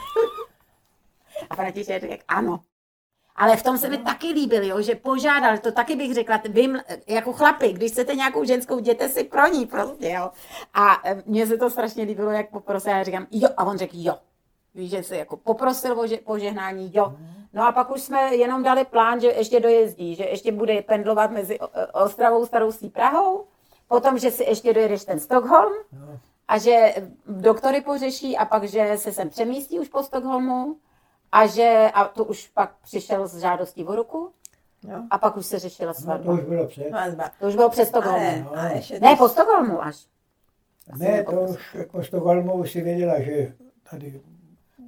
A František řekl, ano. Ale v tom se mi taky líbil, jo, že požádal, to taky bych řekla, vy jako chlapi, když chcete nějakou ženskou, jděte si pro ní prostě, jo. A mně se to strašně líbilo, jak poprosil, já říkám, jo, a on řekl, jo. Víš, že se jako poprosil o požehnání, jo. No a pak už jsme jenom dali plán, že ještě dojezdí, že ještě bude pendlovat mezi Ostravou, Starou Sý, Prahou, potom, že si ještě dojedeš ten Stockholm a že doktory pořeší a pak, že se sem přemístí už po Stockholmu a to už pak přišel s žádostí o ruku a pak už se řešila svatba. No, to už bylo před. To už bylo před Stockholmem. Ale Ne, po Stockholmu až. Ne, to už jako Stockholmu už si věděla, že tady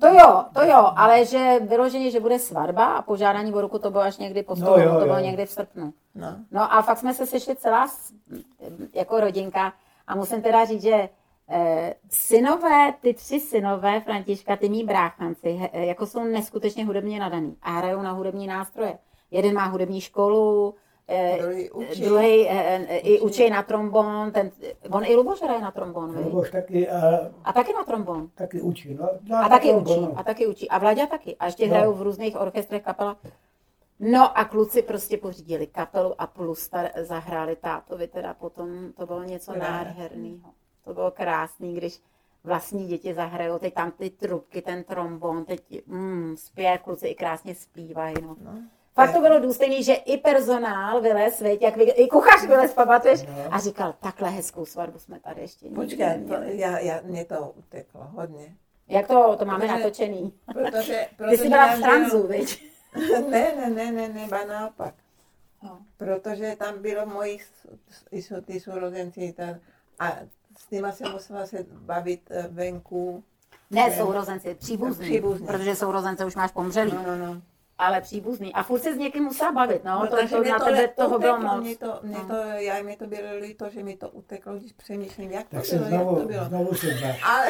To jo, ale že vyloženě, že bude svatba a požádání o ruku, to bylo až někdy po stolu, to bylo někdy v srpnu. No a fakt jsme se sešli celá jako rodinka a musím teda říct, že synové, ty 3 synové Františka, ty mý bráchanci, jako jsou neskutečně hudebně nadaný a hrajou na hudební nástroje. Jeden má hudební školu, druhý i učí na trombon, on i Luboš hraje na trombon, Luboš taky a taky na trombon. Taky učí, no. A taky učí. A Vláďa taky. A ještě hrajou v různých orchestrech, kapelách. No a kluci prostě pořídili kapelu a plus zahráli tátovi, teda potom to bylo něco nádherného. To bylo krásný, když vlastní děti zahrajou, teď tam ty trubky, ten trombon, teď zpěv, kluci i krásně zpívají, no. Fakt to bylo důstojný, že i personál vylez, i kuchař vylez, pamatuješ? A říkal, takhle hezkou svatbu jsme tady ještě nikdy. Počkej, mě to uteklo hodně. Jak to máme natočený? Protože ty jsi byla v tranzu, viď? Ne, ba naopak. Protože tam bylo moji ty sourozenci a s nima se musela se bavit venku. Ne sourozenci, příbuzný. Protože sourozence už máš pomřelý. No. Ale příbuzný. A furt se s někým musela bavit, no. To na tebe toho bylo moc. Mě to bylo líto, že mi to uteklo, když přemýšlím, jak to tak bylo, znovu, jak to bylo. Znovu se dáš. Ale...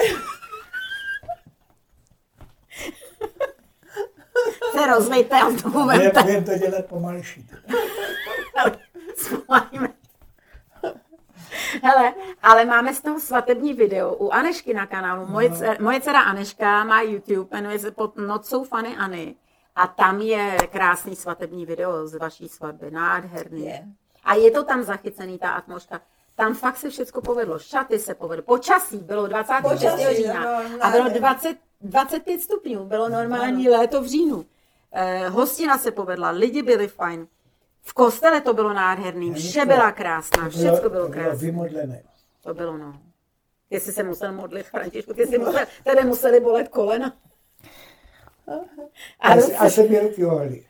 Se rozvejte a znovu vemte. Budeme to dělat pomalejší. Zpomalíme. Hele, ale máme z toho svatební video u Anešky na kanálu. Moje dcera Aneška má YouTube, jmenuje se pod Not So Funny Anny. A tam je krásný svatební video z vaší svatby, nádherný. Yeah. A je to tam zachycený, ta atmosféra. Tam fakt se všechno povedlo, šaty se povedlo, počasí bylo 26. října a bylo 25 stupňů, bylo normální léto v říjnu. Hostina se povedla, lidi byli fajn. V kostele to bylo nádherný, vše byla krásná, všechno bylo krásné. To bylo, no. Ty jsi se musel modlit, Františku, tebe museli bolet kolena. A se mě ruky ohly.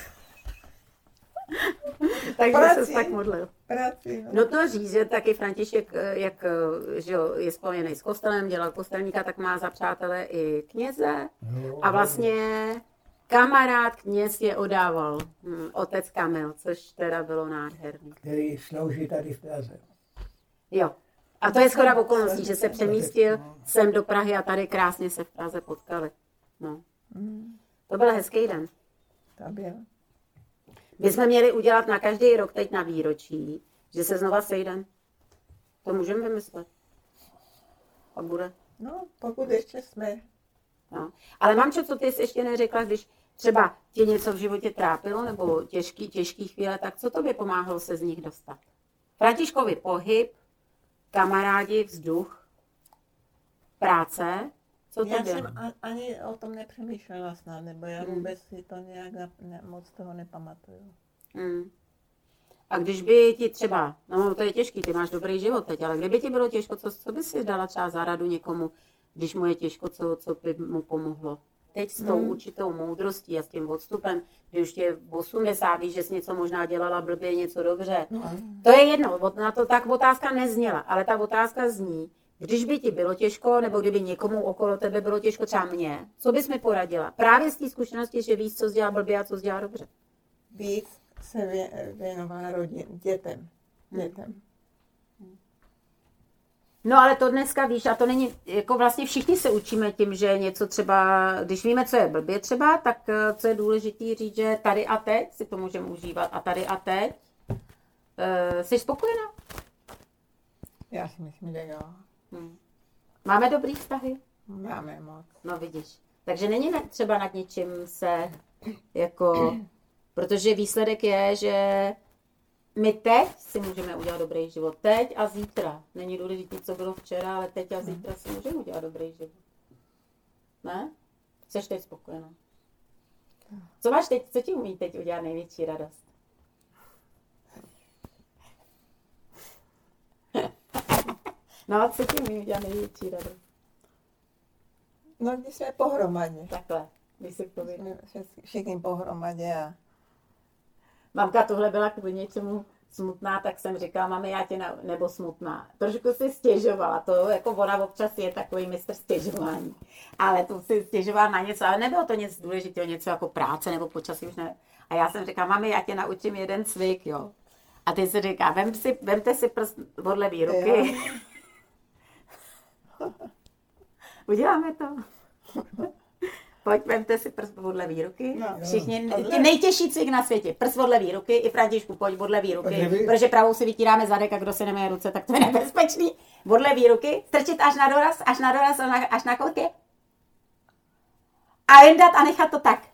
Takže se tak modlil. No to říct, že taky František, jak že je spojený s kostelem, dělal kostelníka, tak má za přátele i kněze. A vlastně kamarád kněz je odával, otec Kamil, což teda bylo nádherný. Který slouží tady v Praze. Jo. A to je shoda okolností, že se přemístil sem do Prahy a tady krásně se v Praze potkali. No. To byl hezký den. To byl. My jsme měli udělat na každý rok teď na výročí, že se znova sejdem. To můžeme vymyslet. A bude. No, pokud ještě jsme. No. Ale mamčo, co ty jsi ještě neřekla, když třeba tě něco v životě trápilo, nebo těžký chvíle, tak co tobě pomáhalo se z nich dostat? Františkovi pohyb, kamarádi, vzduch, práce. Já jsem ani o tom nepřemýšlela snad, nebo já vůbec si to nějak moc toho nepamatuju. A když by ti třeba, no to je těžký, ty máš dobrý život teď, ale kdyby ti bylo těžko, co by si dala třeba za radu někomu, když mu je těžko, co by mu pomohlo? Teď s tou určitou moudrostí a s tím odstupem, když už je 80, víš, že jsi něco možná dělala blbě, něco dobře. To je jedno, na to tak otázka nezněla, ale ta otázka zní, když by ti bylo těžko, nebo kdyby někomu okolo tebe bylo těžko, třeba mě, co bys mi poradila? Právě z té zkušenosti, že víš, co jsi dělá blbě a co jsi dělá dobře. Víc se věnovala dětem. No ale to dneska víš, a to není, jako vlastně všichni se učíme tím, že něco třeba, když víme, co je blbě třeba, tak co je důležité říct, že tady a teď si to můžeme užívat a tady a teď. Jsi spokojená? Já si myslím, že jo. Máme dobrý vztahy? Máme moc. No vidíš. Takže není třeba nad něčím se jako, protože výsledek je, že my teď si můžeme udělat dobrý život. Teď a zítra. Není důležité, co bylo včera, ale teď a zítra si můžeme udělat dobrý život. Ne? Jseš teď spokojená. Co máš teď, co ti umí teď udělat největší radost? No, co ti umí udělat největší radost? No, když jsme pohromadě. Takhle, když si pověděl. Všichni pohromadě a... Mamka tohle byla kvůli něčemu smutná, tak jsem říkala, mami, já tě nebo smutná. Trošku si stěžovala, to jako ona občas je takový mistr stěžování. Ale tu si stěžovala na něco, ale nebylo to nic důležitého, něco jako práce nebo počasí už ne. A já jsem říkala, mami, já tě naučím jeden cvik, jo. A ty si říká, vemte si prst od levý ruky. Uděláme to. Pojď, vemte si prst od levý ruky. No, všichni, nejtěžší cvik na světě. Prst od levý ruky, i Františku, pojď od levý ruky. Protože pravou si vytíráme zadek a kdo si neměje ruce, tak to je nebezpečný. Od levý ruky, strčit až na doraz, až na koutky. A vyndat a nechat to tak.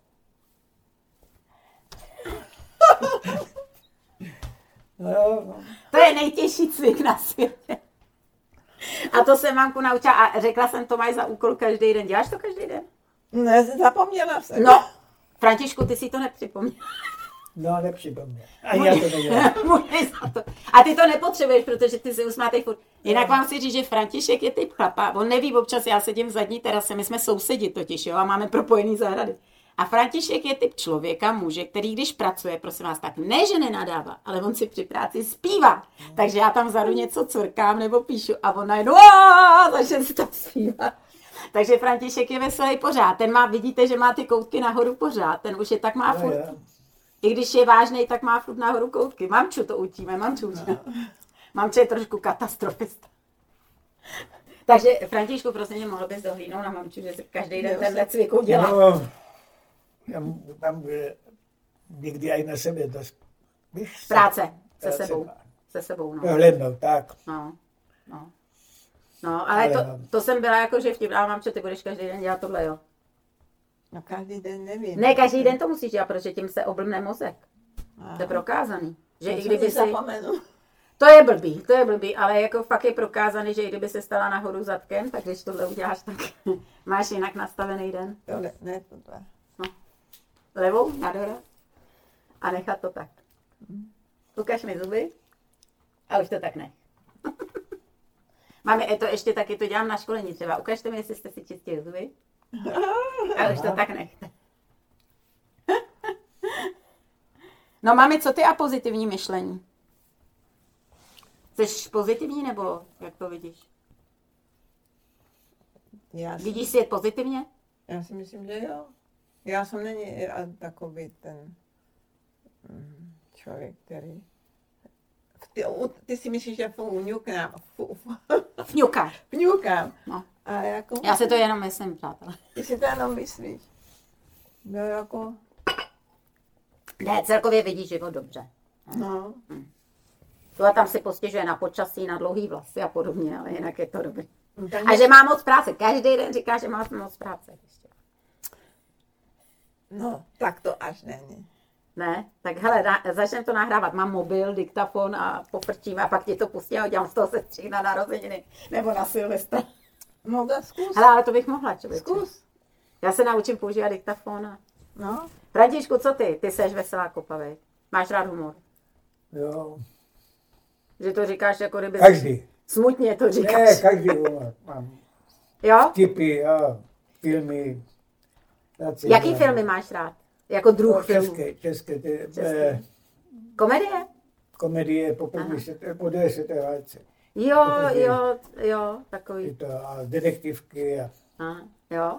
To je nejtěžší cvik na světě. A to jsem mamku naučila a řekla jsem, to máš za úkol každý den. Děláš to každý den? Ne, zapomněla jsem. No, Františku, ty si to nepřipomněl. No, nepřipomněl. Ani já to nedělám. A ty to nepotřebuješ, protože ty si usmátej furt. Jinak vám si říct, že František je typ chlapa. On neví, občas já sedím v zadní terase, my jsme sousedi totiž, jo, a máme propojený zahrady. A František je typ člověka, muže, který když pracuje, prosím vás, tak ne, že nenadává, ale on si při práci zpívá. Takže já tam vzadu něco cvrkám nebo píšu a on najednou začne si tam zpívat. Takže František je veselý pořád. Ten má, vidíte, že má ty koutky nahoru pořád. Ten už je tak má furt. I když je vážnej, tak má furt nahoru koutky. Mamču to učíme, mamču. Mamče je trošku katastrofista. Takže Františku, prosím mě, mohl bys dohlídnout na mamču, že si každý den tenhle cvik udělá. No, já tam někdy aj na sebe dost. Práce, se sebou, no. Hlednout, tak. No, ale to jsem byla jako, že vtipná, mamče, ty budeš každý den dělat tohle, jo. No každý den nevím. Ne, každý den to musíš dělat, protože tím se oblbne mozek. To je prokázaný. Že i kdyby si... To je blbý, ale jako fakt je prokázaný, že i kdyby se stala nahoru zadkem, tak když tohle uděláš, tak máš jinak nastavený den. Ne, tohle. No. Levou, nahoru a nechat to tak. Ukaž mi zuby a už to tak ne. Máme to ještě taky, to dělám na školení třeba. Ukažte mi, jestli jste si čistili zuby. A už to tak nechte. No mami, co ty a pozitivní myšlení? Jsi pozitivní nebo jak to vidíš? Vidíš svět pozitivně? Já si myslím, že jo. Já jsem není takový ten člověk, který... Ty si myslíš, že fňukám. Fňukám. No. A jako... Já si to jenom myslím, přátelé. Ty si to jenom myslíš. No jako... Ne, celkově vidíš život dobře. No. To a tam si postěžuje na počasí, na dlouhý vlasy a podobně, ale jinak je to dobré. A že má moc práce. Každý den říká, že má moc práce. Ještě. No, tak to až není. Ne? Tak hele, začneme to nahrávat. Mám mobil, diktafon a pofrčím a pak ti to pustím a udělám z toho sestřih na narozeniny nebo na Silvestra. No, tak zkus. Hele, ale to bych mohla, člověče. Zkus. Já se naučím používat diktafon a... No. Františku, co ty? Ty seš veselá kopa, vej. Máš rád humor? Jo. Že to říkáš jako kdyby... Každý. Smutně to říkáš. Ne, každý humor mám. Jo? Tipy, jo. Filmy. Jaký filmy máš rád? Jako druh filmů? České. Komedie? Komedie po 10. válce. Jo, takový. A detektivky. Jo.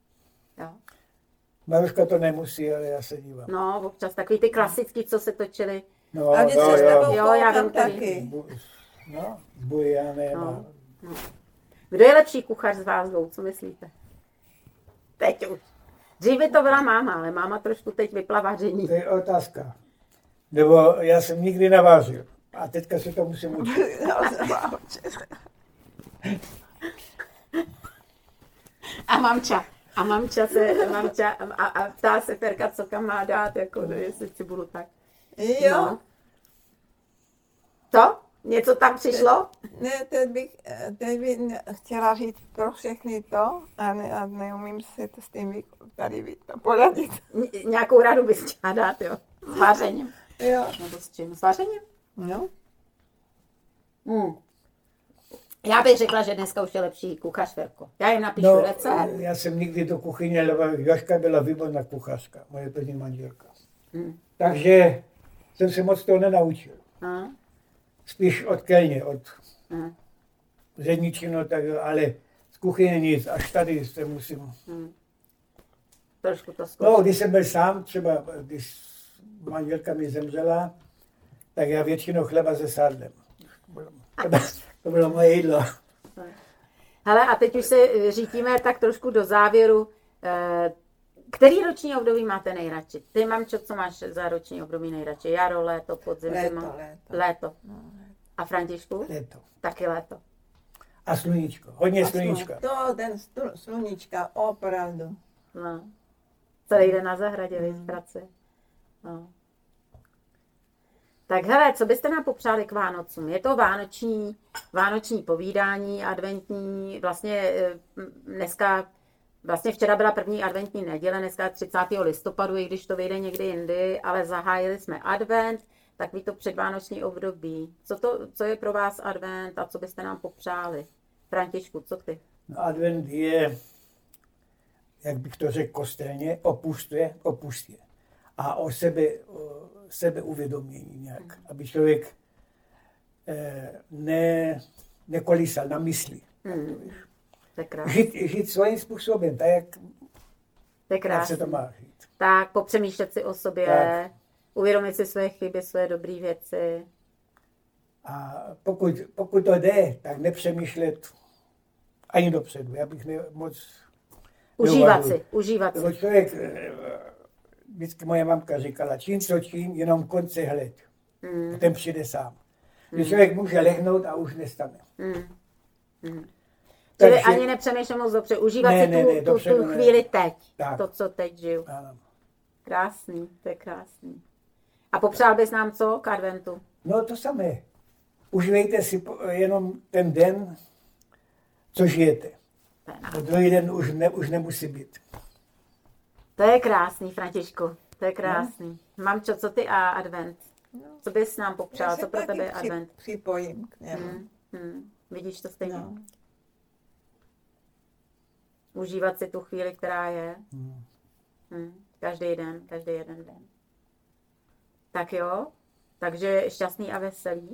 Maruška to nemusí, ale já se dívám. No, občas takový ty klasický, co se točili. No, a vždycky s tebou já vím taky. No, s Bujanem. No. Kdo je lepší kuchař z vás dvou, co myslíte? Teď už. Dříve to byla máma, ale máma trošku teď vypla vaření. To je otázka. Nebo já jsem nikdy nevážil. A teďka se to musím učit. A mamča a ptá se Terka, co kam má dát, jako jestli si budu tak. Jo. No. To? Něco tam přišlo? Ne, teď bych chtěla říct pro všechny to a neumím se to s tím tady poradit. Nějakou radu bys chtěla dát, jo? S vařením. Jo. Nebo s čím? S vařením? No. Já bych řekla, že dneska už je lepší kuchař, Verko. Já jim napíšu recept. Já jsem nikdy do kuchyně, ale Jožka byla výborná kuchařka, moje první manželka. Takže jsem se moc toho nenaučil. Spíš od kelně, od zedničinu, tak ale z kuchyně nic, až tady se musím. Trošku to zkouším. No, když jsem byl sám, třeba když manželka mi zemřela, tak já většinou chleba se sádlem. To bylo moje jídlo. Hele, a teď už se řítíme tak trošku do závěru. Který roční období máte nejradši? Ty, mamčo, co máš za roční období nejradši? Jaro, léto, podzim, zima? Léto. A Františku? Léto. Taky léto. A sluníčko. Hodně sluníčka. To ten sluníčka, opravdu. No. Celý den na zahradě, v práci. No. Tak hele, co byste nám popřáli k Vánocům? Je to vánoční povídání, adventní, vlastně dneska, vlastně včera byla první adventní neděle, dneska 30. listopadu, i když to vyjde někdy jindy, ale zahájili jsme advent, takový to předvánoční období. Co je pro vás advent a co byste nám popřáli? Františku, co ty? No, advent je, jak bych to řekl kostelně, opustě. A o sebeuvědomění nějak, aby člověk nekolísal na mysli. Žít svým způsobem, tak jak se to má žít. Tak, popřemýšlet si o sobě, tak. Uvědomit si své chyby, své dobré věci. A pokud to jde, tak nepřemýšlet ani dopředu. Já bych moc Užívat si. Nebo člověk, vždycky moje mamka říkala, čím, jenom konce hled. Ten přijde sám. Když člověk může lehnout a už nestane. Čili ani nepřemýšlím moc dobře. Užívat si tu chvíli teď. Tak. To, co teď žiju. Ano. Krásný, to je krásný. A popřál bys nám co k adventu? No to samé. Užívejte si jenom ten den, co žijete. Druhý den už nemusí být. To je krásný, Františku. To je krásný. Mamčo, co ty a advent? Co bys nám popřál? Co pro tebe je advent? Připojím k němu. Vidíš to stejně? No. Užívat si tu chvíli, která je. Každý jeden den. Tak jo, takže šťastný a veselý.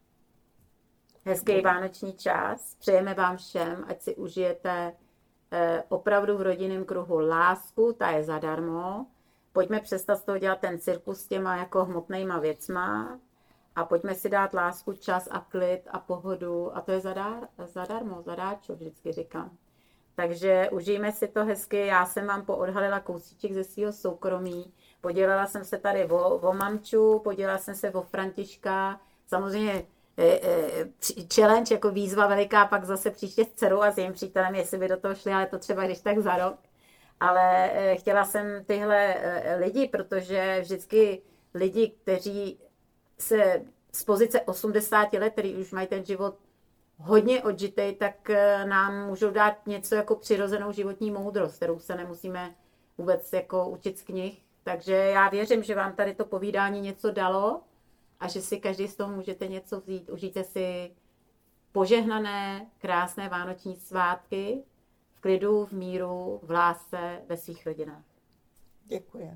Hezký vánoční čas. Přejeme vám všem, ať si užijete opravdu v rodinném kruhu lásku, ta je zadarmo. Pojďme přestat z toho dělat ten cirkus s těma jako hmotnejma věcma a pojďme si dát lásku, čas a klid a pohodu a to je zadarmo, zadáčo, vždycky říkám. Takže užijme si to hezky, já jsem vám poodhalila kousíček ze svého soukromí, podělila jsem se tady o mamču, podělila jsem se o Františka, samozřejmě challenge, jako výzva veliká, pak zase příště s dcerou a s jejím přítelem, jestli by do toho šli, ale to třeba když tak za rok. Ale chtěla jsem tyhle lidi, protože vždycky lidi, kteří se z pozice 80 let, který už mají ten život hodně odžitej, tak nám můžou dát něco jako přirozenou životní moudrost, kterou se nemusíme vůbec jako učit z knih. Takže já věřím, že vám tady to povídání něco dalo a že si každý z toho můžete něco vzít. Užijte si požehnané, krásné vánoční svátky v klidu, v míru, v lásce, ve svých rodinách. Děkuji.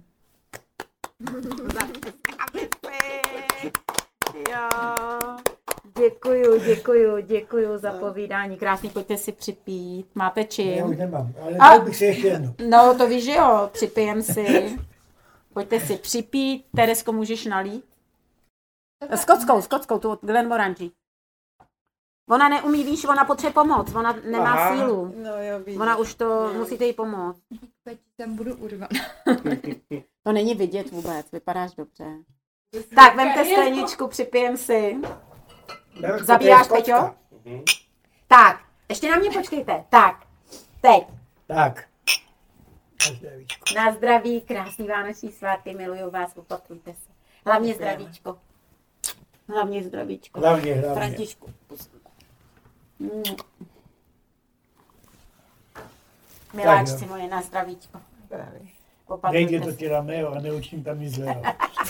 Děkuju za povídání. Krásný, pojďte si připít. Máte čím? Já už nemám, ale dal bych si ještě jedno. No, to víš, že jo, připijem si. Pojďte si připít. Teresko, můžeš nalít? S kockou, tu od Glenmorangie. Ona neumí, víš, ona potřebuje pomoc, ona nemá sílu. No, jo, vidíš. Ona už to, musíte jí pomoct. Teď tam budu urvat. To není vidět vůbec, vypadáš dobře. Tak, vemte skleničku, připijem si. Zabíráš, Peťo? Tak, ještě na mě počkejte. Tak, teď. Tak. Na zdravíčko. Na zdraví, krásný vánoční svátky, miluju vás, opatrujte se. Hlavně zdravíčko. Hlavně. Františku. Miláčci moje, na zdravíčko. Nejde do těla mého a neučím tam nic zlého.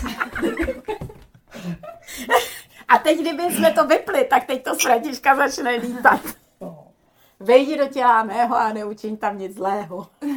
A teď, kdyby jsme to vypli, tak teď to z Františka začne lítat. Vejdi do těla mého a neučím tam nic zlého.